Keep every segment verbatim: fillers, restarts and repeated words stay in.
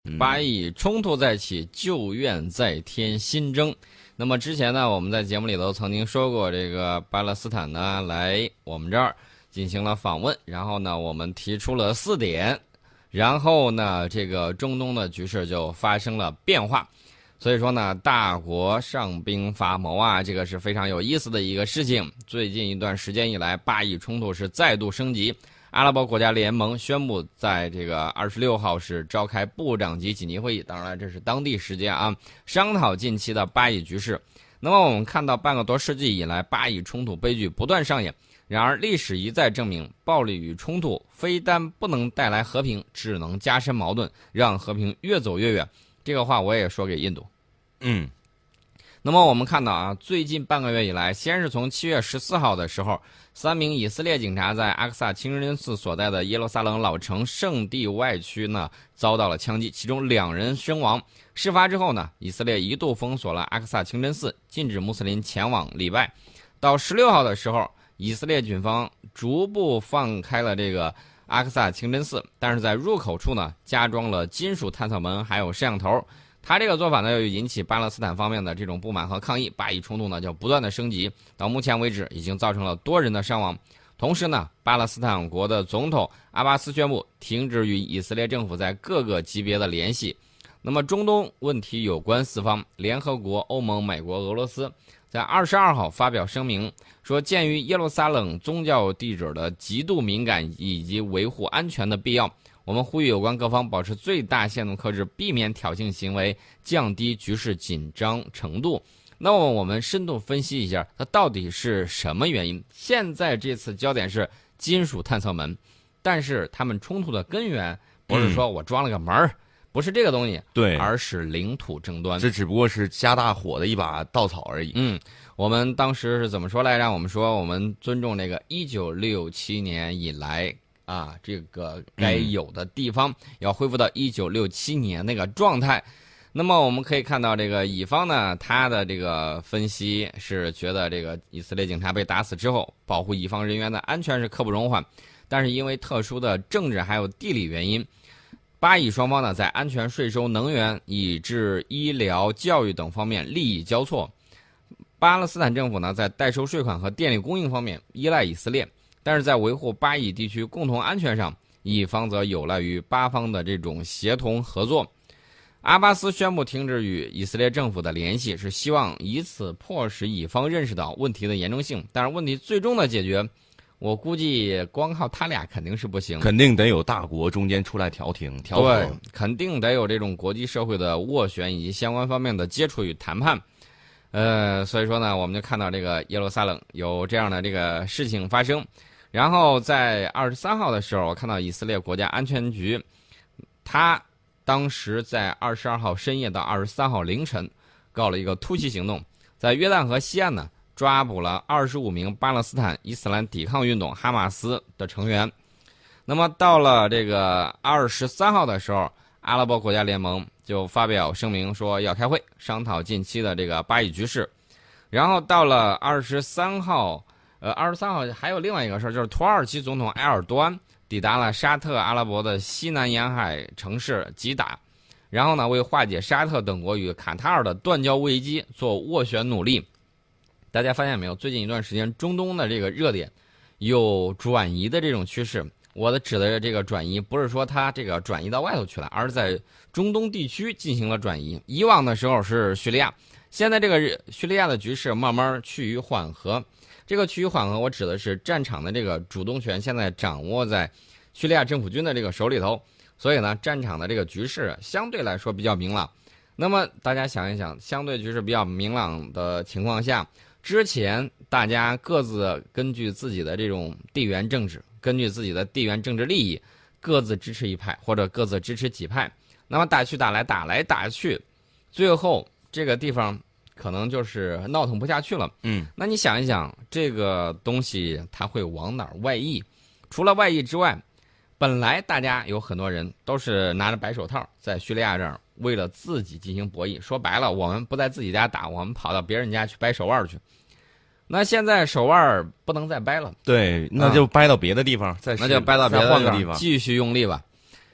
巴以冲突再起，旧怨再添新争。那么之前呢，我们在节目里头曾经说过，这个巴勒斯坦呢来我们这儿进行了访问，然后呢，我们提出了四点，然后呢，这个中东的局势就发生了变化。所以说呢，大国上兵伐谋啊，这个是非常有意思的一个事情。最近一段时间以来，巴以冲突是再度升级。阿拉伯国家联盟宣布，在这个二十六号是召开部长级紧急会议，当然这是当地时间啊，商讨近期的巴以局势。那么我们看到半个多世纪以来，巴以冲突悲剧不断上演。然而历史一再证明，暴力与冲突非但不能带来和平，只能加深矛盾，让和平越走越远。这个话我也说给印度。 嗯。 那么我们看到啊，最近半个月以来，先是从七月十四号的时候，三名以色列警察在阿克萨清真寺所在的耶路撒冷老城圣地外区呢遭到了枪击，其中两人身亡。事发之后呢，以色列一度封锁了阿克萨清真寺，禁止穆斯林前往礼拜。到十六号的时候，以色列军方逐步放开了这个阿克萨清真寺，但是在入口处呢加装了金属探测门还有摄像头。他这个做法呢，又引起巴勒斯坦方面的这种不满和抗议，巴以冲突呢就不断的升级，到目前为止已经造成了多人的伤亡。同时呢，巴勒斯坦国的总统阿巴斯宣布停止与以色列政府在各个级别的联系。那么中东问题有关四方，联合国、欧盟、美国、俄罗斯在二十二号发表声明，说鉴于耶路撒冷宗教地址的极度敏感以及维护安全的必要，我们呼吁有关各方保持最大限度克制，避免挑衅行为，降低局势紧张程度。那么我们深度分析一下，它到底是什么原因？现在这次焦点是金属探测门，但是他们冲突的根源不是说我装了个门儿、嗯，不是这个东西， 对， 而是领土争端。 这只不过是加大火的一把稻草而已。 嗯，我们当时是怎么说来着？我们说我们尊重这个一九六七年以来。啊，这个该有的地方、嗯、要恢复到一九六七年那个状态。那么我们可以看到，这个乙方呢，他的这个分析是觉得这个以色列警察被打死之后，保护乙方人员的安全是刻不容缓。但是因为特殊的政治还有地理原因，巴以双方呢在安全、税收、能源以至医疗、教育等方面利益交错。巴勒斯坦政府呢在代收税款和电力供应方面依赖以色列。但是在维护巴以地区共同安全上，乙方则有赖于巴方的这种协同合作。阿巴斯宣布停止与以色列政府的联系，是希望以此迫使乙方认识到问题的严重性。但是问题最终的解决，我估计光靠他俩肯定是不行， 肯定得有大国中间出来调停调和， 对，肯定得有这种国际社会的斡旋以及相关方面的接触与谈判。呃，所以说呢，我们就看到这个耶路撒冷有这样的这个事情发生。然后在二十三号的时候，我看到以色列国家安全局，他当时在二十二号深夜到二十三号凌晨，告了一个突袭行动，在约旦河西岸呢抓捕了二十五名巴勒斯坦伊斯兰抵抗运动哈马斯的成员。那么到了这个二十三号的时候，阿拉伯国家联盟就发表声明说要开会商讨近期的这个巴以局势。然后到了二十三号。呃，二十三号还有另外一个事儿，就是土耳其总统埃尔多安抵达了沙特阿拉伯的西南沿海城市吉达，然后呢，为化解沙特等国与卡塔尔的断交危机做斡旋努力。大家发现没有？最近一段时间，中东的这个热点有转移的这种趋势。我的指的这个转移，不是说它这个转移到外头去了，而是在中东地区进行了转移。以往的时候是叙利亚，现在这个叙利亚的局势慢慢趋于缓和。这个趋于缓和，我指的是战场的这个主动权现在掌握在叙利亚政府军的这个手里头，所以呢，战场的这个局势相对来说比较明朗。那么大家想一想，相对局势比较明朗的情况下，之前大家各自根据自己的这种地缘政治，根据自己的地缘政治利益，各自支持一派或者各自支持几派，那么打去打来，打来打去，最后这个地方可能就是闹腾不下去了。 嗯， 那你想一想，这个东西它会往哪儿外溢？除了外溢之外，本来大家有很多人都是拿着白手套在叙利亚这儿为了自己进行博弈。说白了，我们不在自己家打，我们跑到别人家去掰手腕去。那现在手腕不能再掰了， 对，那就掰到别的地方，啊、再那就掰到别的换个地方， 继续用力吧。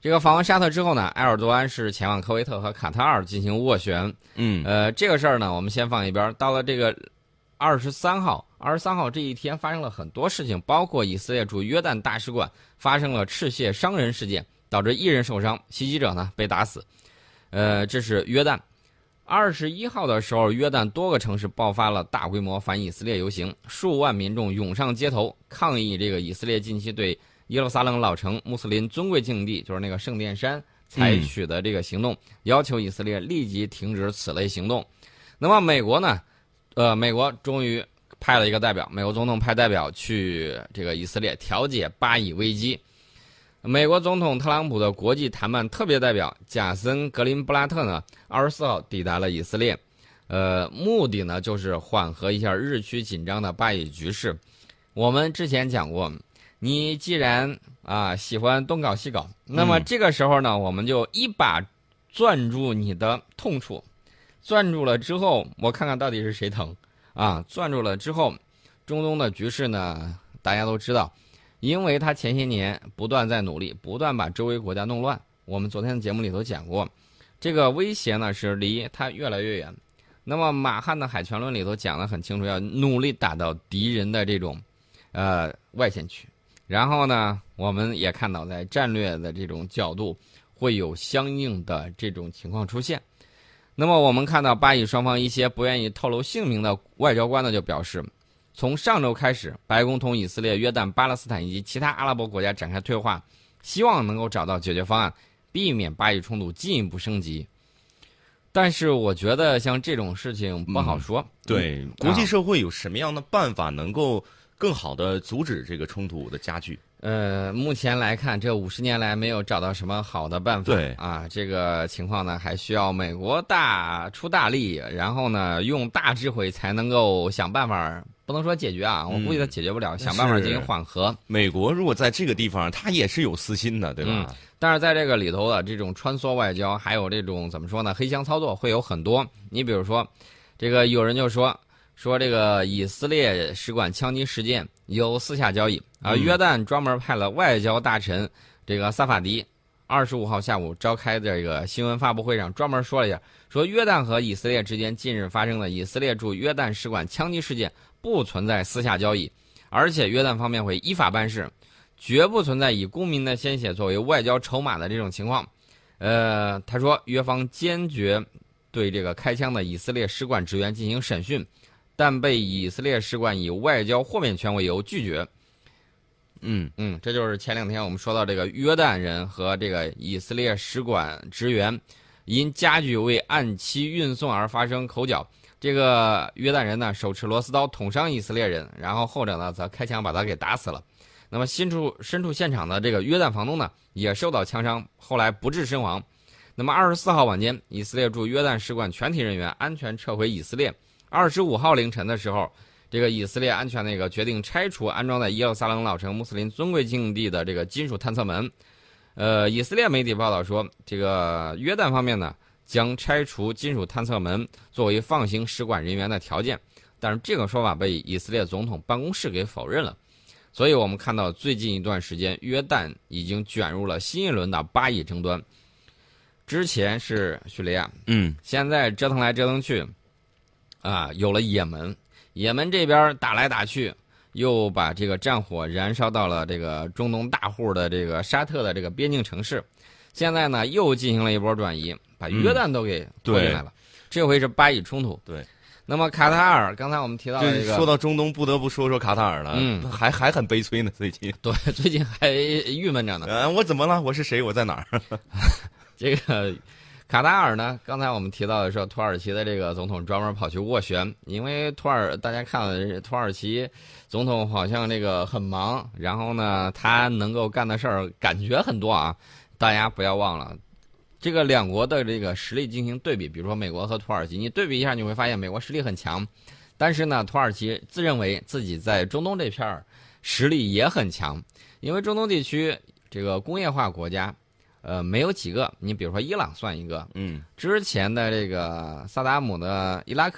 这个访问沙特之后呢，埃尔多安是前往科威特和卡塔尔进行斡旋。 嗯， 呃，这个事儿呢，我们先放一边。到了这个二十三号，二十三号这一天发生了很多事情，包括以色列驻约旦大使馆发生了赤械伤人事件，导致一人受伤，袭击者呢被打死。呃，这是约旦。二十一号的时候，约旦多个城市爆发了大规模反以色列游行，数万民众涌上街头抗议这个以色列近期对耶路撒冷老城穆斯林尊贵境地，就是那个圣殿山采取的这个行动，嗯、要求以色列立即停止此类行动。那么美国呢？呃，美国终于派了一个代表，美国总统派代表去这个以色列调解巴以危机。美国总统特朗普的国际谈判特别代表贾森·格林布拉特呢，二十四号抵达了以色列，呃，目的呢就是缓和一下日趋紧张的巴以局势。我们之前讲过，你既然啊喜欢东搞西搞，那么这个时候呢，我们就一把攥住你的痛处，攥住了之后，我看看到底是谁疼啊？攥住了之后，中东的局势呢，大家都知道。因为他前些年不断在努力，不断把周围国家弄乱。我们昨天的节目里头讲过，这个威胁呢是离他越来越远。那么马汉的海权论里头讲得很清楚，要努力打到敌人的这种呃外线区。然后呢，我们也看到在战略的这种角度会有相应的这种情况出现。那么我们看到巴以双方一些不愿意透露姓名的外交官呢就表示，从上周开始，白宫同以色列、约旦、巴勒斯坦以及其他阿拉伯国家展开对话，希望能够找到解决方案，避免巴以冲突进一步升级。但是我觉得像这种事情不好说。 嗯、对、嗯，国际社会有什么样的办法能够更好的阻止这个冲突的加剧？ 呃，目前来看，这五十年来没有找到什么好的办法。 对啊，这个情况呢，还需要美国大出大力，然后呢，用大智慧才能够想办法。不能说解决啊，我估计他解决不了，嗯、想办法进行缓和。 美国如果在这个地方，他也是有私心的，对吧？ 嗯、但是在这个里头的这种穿梭外交，还有这种怎么说呢，黑箱操作会有很多。你比如说，这个有人就说说这个以色列使馆枪击事件有私下交易啊，约旦专门派了外交大臣这个萨法迪，二十五号下午召开这个新闻发布会上专门说了一下，说约旦和以色列之间近日发生的以色列驻约旦使馆枪击事件不存在私下交易，而且约旦方面会依法办事，绝不存在以公民的鲜血作为外交筹码的这种情况。呃，他说约方坚决对这个开枪的以色列使馆职员进行审讯，但被以色列使馆以外交豁免权为由拒绝。 嗯嗯，这就是前两天我们说到这个约旦人和这个以色列使馆职员因家具未按期运送而发生口角。这个约旦人呢手持螺丝刀捅伤以色列人，然后后者呢则开枪把他给打死了。那么身处身处现场的这个约旦房东呢也受到枪伤，后来不治身亡。那么二十四号晚间，以色列驻约旦使馆全体人员安全撤回以色列。二十五号凌晨的时候，这个以色列安全那个决定拆除安装在耶路撒冷老城穆斯林尊贵境地的这个金属探测门。呃，以色列媒体报道说，这个约旦方面呢将拆除金属探测门作为放行使馆人员的条件，但是这个说法被以色列总统办公室给否认了。所以我们看到最近一段时间，约旦已经卷入了新一轮的巴以争端。之前是叙利亚， 嗯， 现在折腾来折腾去，啊，有了也门。也门这边打来打去，又把这个战火燃烧到了这个中东大户的这个沙特的这个边境城市。现在呢，又进行了一波转移，把约旦都给拖进来了。嗯、这回是巴以冲突。 对。 那么卡塔尔，刚才我们提到的这个， 说到中东，不得不说说卡塔尔了。 嗯， 还还很悲催呢，最近。 对，最近还郁闷着呢。 呃，我怎么了？我是谁？我在哪儿？ 这个卡塔尔呢？刚才我们提到的是土耳其的这个总统专门跑去斡旋，因为土耳大家看了土耳其总统好像这个很忙，然后呢，他能够干的事儿感觉很多啊。大家不要忘了，这个两国的这个实力进行对比，比如说美国和土耳其，你对比一下，你会发现美国实力很强，但是呢，土耳其自认为自己在中东这片儿实力也很强，因为中东地区这个工业化国家。呃，没有几个，你比如说伊朗算一个， 嗯， 之前的这个萨达姆的伊拉克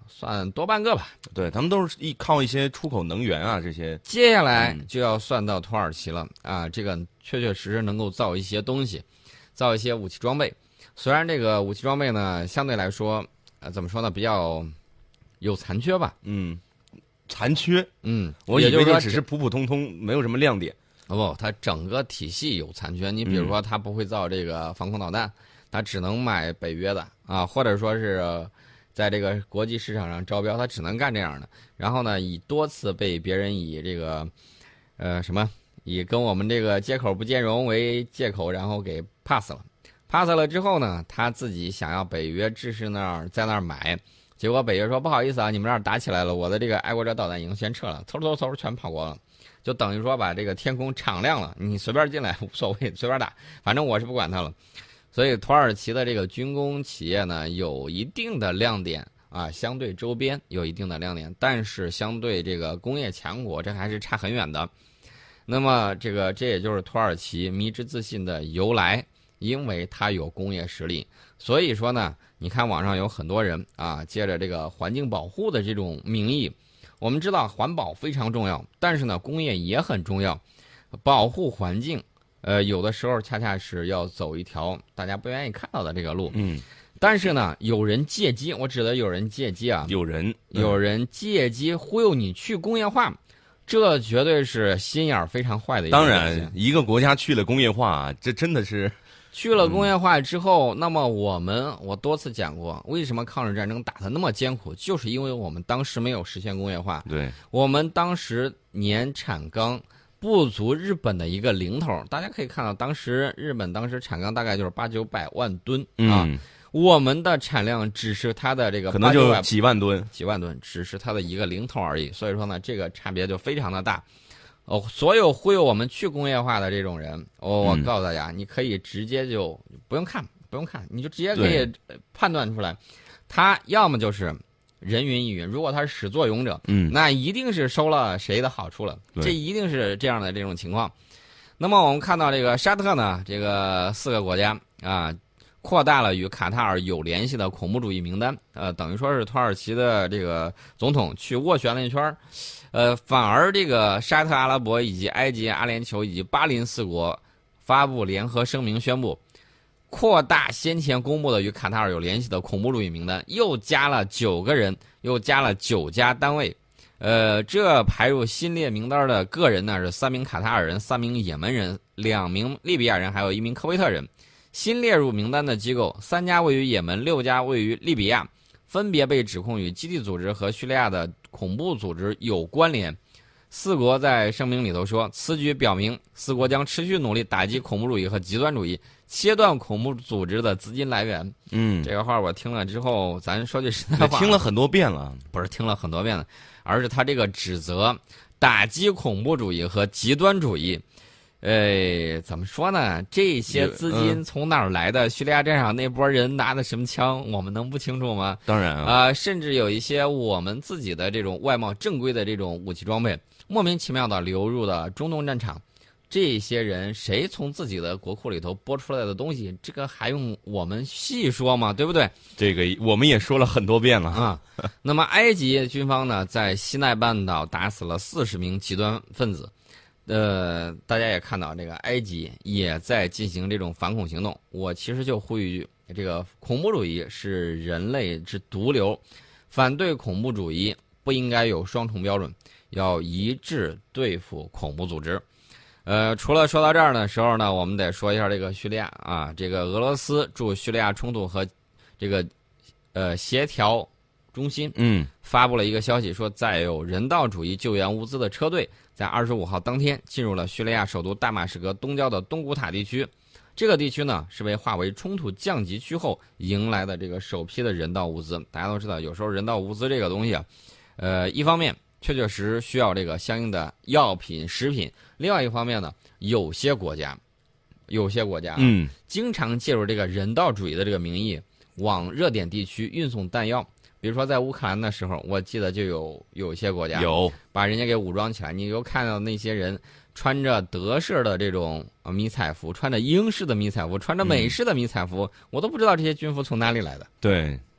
算多半个吧。 对他们都是依靠一些出口能源啊这些。 接下来就要算到土耳其了、嗯、啊，这个确确实实能够造一些东西，造一些武器装备。虽然这个武器装备呢，相对来说，呃，怎么说呢，比较有残缺吧。 嗯，残缺。 嗯， 我以为就只是普普通通，没有什么亮点。 不，它整个体系有残缺。你比如说，它不会造这个防空导弹，它只能买北约的啊，或者说是在这个国际市场上招标，它只能干这样的。然后呢，以多次被别人以这个呃什么，以跟我们这个接口不兼容为借口，然后给 pass 了。pass 了之后呢，他自己想要北约支持那儿在那儿买，结果北约说不好意思啊，你们那儿打起来了，我的这个爱国者导弹已经先撤了，嗖嗖嗖全跑光了，就等于说把这个天空敞亮了，你随便进来无所谓，随便打，反正我是不管它了。所以土耳其的这个军工企业呢，有一定的亮点啊，相对周边有一定的亮点，但是相对这个工业强国，这还是差很远的。那么这个这也就是土耳其迷之自信的由来。因为它有工业实力，所以说呢，你看网上有很多人啊，借着这个环境保护的这种名义，我们知道环保非常重要，但是呢，工业也很重要，保护环境，呃，有的时候恰恰是要走一条大家不愿意看到的这个路。 嗯， 但是呢，有人借机，我指的有人借机啊， 有人、 嗯、有人借机忽悠你去工业化。这绝对是心眼儿非常坏的一个。 当然，一个国家去了工业化，这真的是。 去了工业化之后，嗯、那么我们我多次讲过，为什么抗日战争打得那么艰苦，就是因为我们当时没有实现工业化。 对，我们当时年产钢不足日本的一个零头，大家可以看到，当时日本当时产钢大概就是八九百万吨啊， 嗯、 我们的产量只是它的这个可能就几万吨， 几万吨，只是它的一个零头而已。所以说呢，这个差别就非常的大。哦，所有忽悠我们去工业化的这种人，哦，我告诉大家，嗯、你可以直接就不用看，不用看，你就直接可以判断出来，他要么就是人云亦云，如果他是始作俑者， 嗯， 那一定是收了谁的好处了，这一定是这样的这种情况。那么我们看到这个沙特呢，这个四个国家啊，扩大了与卡塔尔有联系的恐怖主义名单，呃，等于说是土耳其的这个总统去斡旋了一圈。呃，反而这个沙特阿拉伯以及埃及、阿联酋以及巴林四国发布联合声明，宣布扩大先前公布的与卡塔尔有联系的恐怖主义名单，又加了九个人，又加了九家单位。呃，这排入新列名单的个人呢是三名卡塔尔人、三名也门人、两名利比亚人，还有一名科威特人。新列入名单的机构，三家位于也门，六家位于利比亚。分别被指控与基地组织和叙利亚的恐怖组织有关联。四国在声明里头说，此举表明四国将持续努力打击恐怖主义和极端主义，切断恐怖组织的资金来源。 嗯， 这个话我听了之后，咱说句实在话， 听了很多遍了， 不是听了很多遍了，而是他这个指责打击恐怖主义和极端主义。呃，怎么说呢？这些资金从哪儿来的？嗯、叙利亚战场那波人拿的什么枪？我们能不清楚吗？ 当然啊， 啊、呃，甚至有一些我们自己的这种外贸正规的这种武器装备，莫名其妙的流入了中东战场。这些人谁从自己的国库里头拨出来的东西，这个还用我们细说吗？对不对？ 这个我们也说了很多遍了啊。那么埃及军方呢，在西奈半岛打死了四十名极端分子。呃，大家也看到，这个埃及也在进行这种反恐行动。我其实就呼吁，这个恐怖主义是人类之毒瘤，反对恐怖主义不应该有双重标准，要一致对付恐怖组织。呃，除了说到这儿的时候呢，我们得说一下这个叙利亚啊，这个俄罗斯驻叙利亚冲突和这个呃协调中心， 嗯， 发布了一个消息，说载有人道主义救援物资的车队在二十五号当天进入了叙利亚首都大马士革东郊的东古塔地区。这个地区呢是被划为冲突降级区后迎来的这个首批的人道物资。大家都知道，有时候人道物资这个东西啊，呃，一方面确确实实需要这个相应的药品、食品；另外一方面呢，有些国家，有些国家啊， 嗯， 经常借助这个人道主义的这个名义往热点地区运送弹药。比如说在乌克兰的时候，我记得就有有一些国家有把人家给武装起来，你又看到那些人穿着德式的这种迷彩服，穿着英式的迷彩服，穿着美式的迷彩服，嗯、我都不知道这些军服从哪里来的。 对，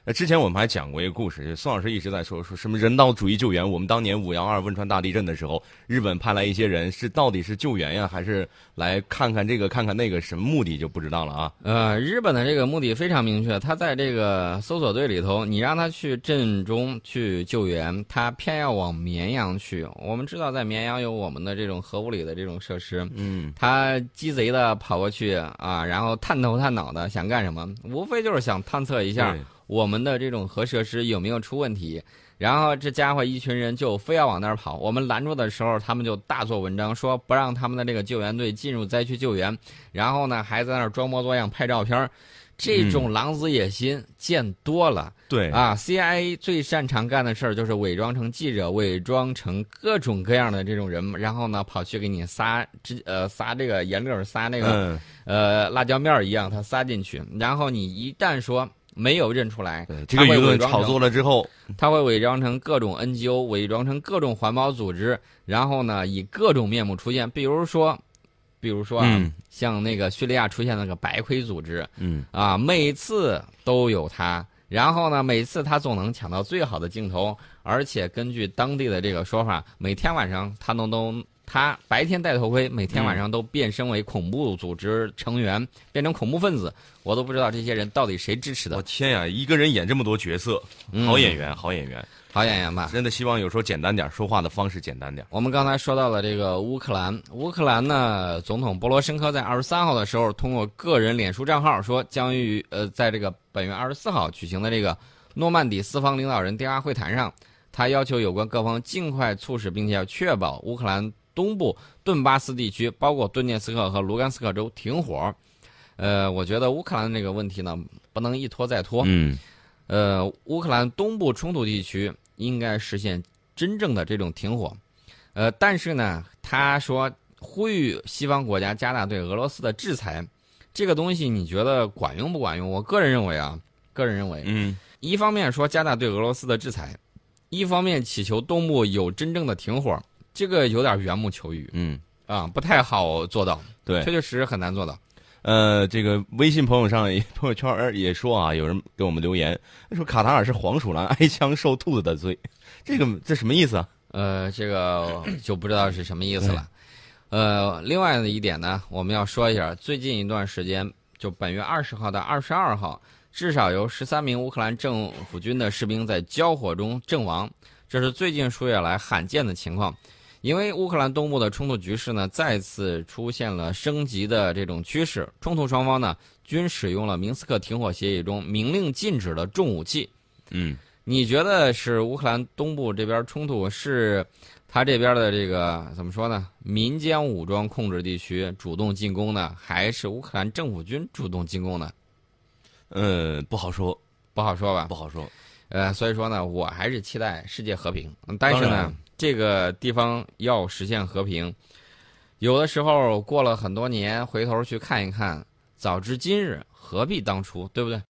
呃，之前我们还讲过一个故事，宋老师一直在说说什么人道主义救援。我们当年五幺二汶川大地震的时候，日本派来一些人，是到底是救援呀，还是来看看这个看看那个，什么目的就不知道了啊。 呃，日本的这个目的非常明确，他在这个搜索队里头，你让他去震中去救援，他偏要往绵阳去。我们知道，在绵阳有我们的这种核物理的这种设施， 嗯， 他鸡贼的跑过去啊，然后探头探脑的想干什么？无非就是想探测一下我们的这种核设施有没有出问题。然后这家伙一群人就非要往那儿跑，我们拦住的时候，他们就大做文章，说不让他们的这个救援队进入灾区救援，然后呢还在那儿装模作样拍照片。这种狼子野心见多了。 嗯、对啊 ，C I A 最擅长干的事儿就是伪装成记者，伪装成各种各样的这种人，然后呢跑去给你撒呃撒这个盐粒撒那个、嗯、呃辣椒面一样，他撒进去，然后你一旦说没有认出来， 这个舆论炒作了之后， 他会伪装成各种 N G O， 伪装成各种环保组织，然后呢以各种面目出现，比如说。比如说啊、嗯，像那个叙利亚出现那个白盔组织， 嗯啊，每次都有他，然后呢，每次他总能抢到最好的镜头，而且根据当地的这个说法，每天晚上他能都他白天戴头盔，每天晚上都变身为恐怖组织成员，嗯、变成恐怖分子，我都不知道这些人到底谁支持的。 我天呀，一个人演这么多角色，好演员，嗯、好演员。 好演员吧， 真的希望有时候简单点，说话的方式简单点。 我们刚才说到了这个乌克兰，乌克兰呢，总统波罗申科在二十三号的时候，通过个人脸书账号说，将于呃在这个本月二十四号举行的这个诺曼底四方领导人电话会谈上，他要求有关各方尽快促使并且要确保乌克兰东部顿巴斯地区，包括顿涅茨克和卢甘斯克州停火。呃，我觉得乌克兰这个问题呢，不能一拖再拖。 嗯。 呃，乌克兰东部冲突地区应该实现真正的这种停火，呃，但是呢，他说呼吁西方国家加大对俄罗斯的制裁，这个东西你觉得管用不管用？我个人认为啊，个人认为， 嗯， 一方面说加大对俄罗斯的制裁，一方面祈求东部有真正的停火，这个有点缘木求鱼， 嗯， 啊，不太好做到， 对， 确确实实很难做到。 呃，这个微信朋友上朋友圈也说啊，有人给我们留言说卡塔尔是黄鼠狼挨枪受兔子的罪，这个这什么意思啊？ 呃，这个就不知道是什么意思了。呃，另外的一点呢，我们要说一下，最近一段时间，就本月二十号到二十二号，至少有十三名乌克兰政府军的士兵在交火中阵亡，这是最近数月来罕见的情况。因为乌克兰东部的冲突局势呢，再次出现了升级的这种趋势，冲突双方呢均使用了明斯克停火协议中明令禁止的重武器。 嗯， 你觉得是乌克兰东部这边冲突是他这边的这个怎么说呢？民间武装控制地区主动进攻呢，还是乌克兰政府军主动进攻呢？ 呃，不好说， 不好说吧？ 不好说。 呃，所以说呢，我还是期待世界和平，但是呢。这个地方要实现和平，有的时候过了很多年，回头去看一看，早知今日，何必当初，对不对？